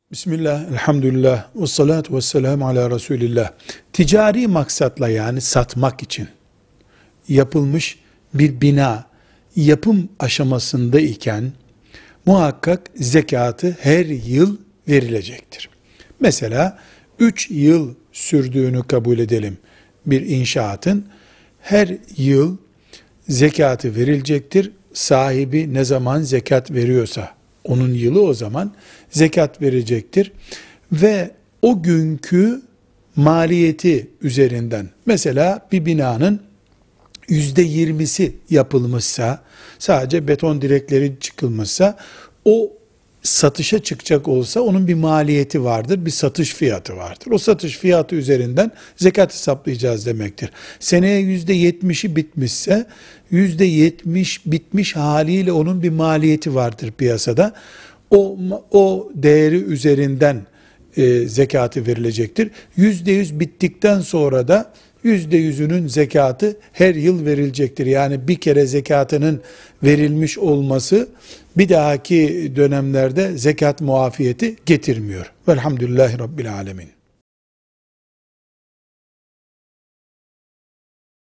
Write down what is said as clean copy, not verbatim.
Bismillah, elhamdülillah, ve salatu ve selamu ala Resulillah. Ticari maksatla, yani satmak için yapılmış bir bina yapım aşamasında iken muhakkak zekatı her yıl verilecektir. Mesela 3 yıl sürdüğünü kabul edelim bir inşaatın, her yıl zekatı verilecektir. Sahibi ne zaman zekat veriyorsa, onun yılı o zaman zekat verecektir. Ve o günkü maliyeti üzerinden, mesela bir binanın %20'si yapılmışsa, sadece beton direkleri çıkılmışsa, o satışa çıkacak olsa onun bir maliyeti vardır, bir satış fiyatı vardır. O satış fiyatı üzerinden zekat hesaplayacağız demektir. Seneye %70'i bitmişse, %70 bitmiş haliyle onun bir maliyeti vardır piyasada. O değeri üzerinden zekatı verilecektir. %100 bittikten sonra da %100'ünün zekatı her yıl verilecektir. Yani bir kere zekatının verilmiş olması bir dahaki dönemlerde zekat muafiyeti getirmiyor. Velhamdülillahi Rabbil Alemin.